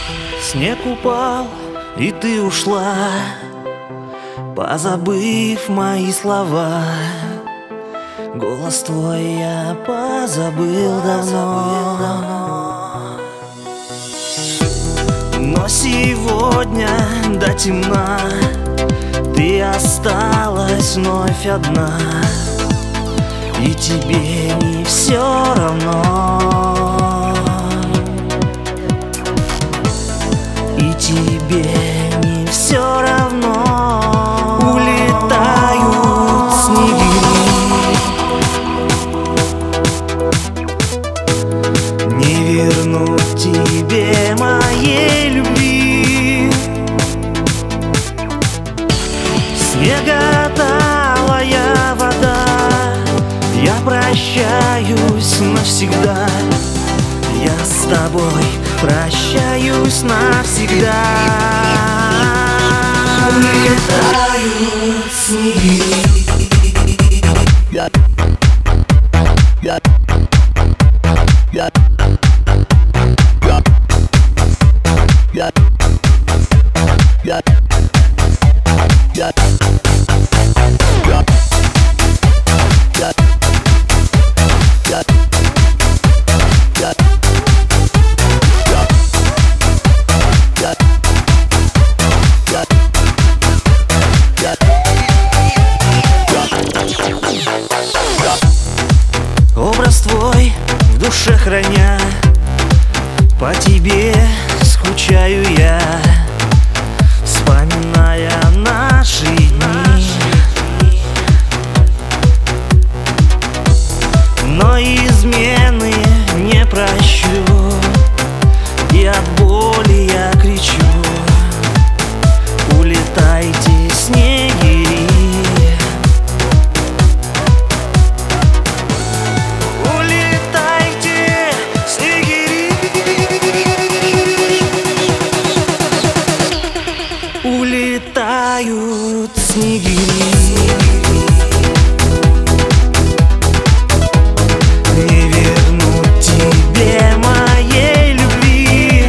Снег упал, и ты ушла, позабыв мои слова. Голос твой я позабыл давно. Но сегодня до темна ты осталась вновь одна, и тебе не все равно, и тебе не все равно. Улетают снегири, не вернуть тебе моей любви. Снеготалая вода, я прощаюсь навсегда. Я с тобой прощаюсь навсегда. Улетают снеги. Образ твой в душе храня, по тебе скучаю я, вспоминая наши дни. Но измены не прощу, и от боли я кричу: улетайте, снегири. Улетают снегири, не вернуть тебе моей любви.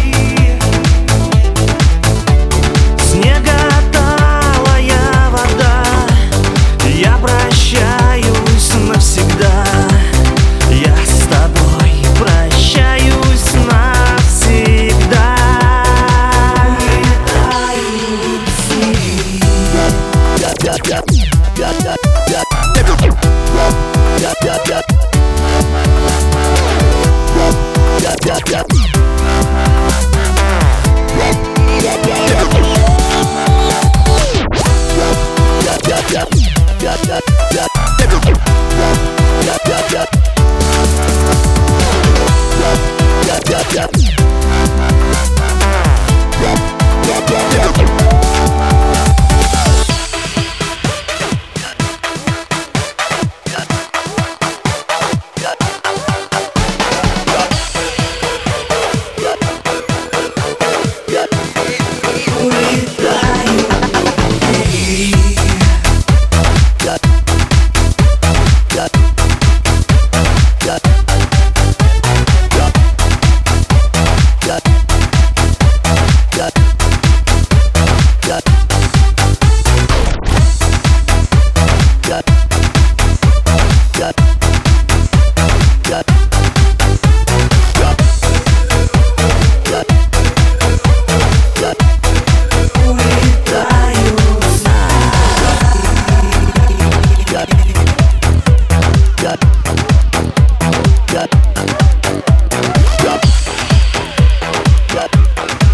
Снеготалая вода, я прощаюсь навсегда. Я с тобой прощаюсь навсегда. Got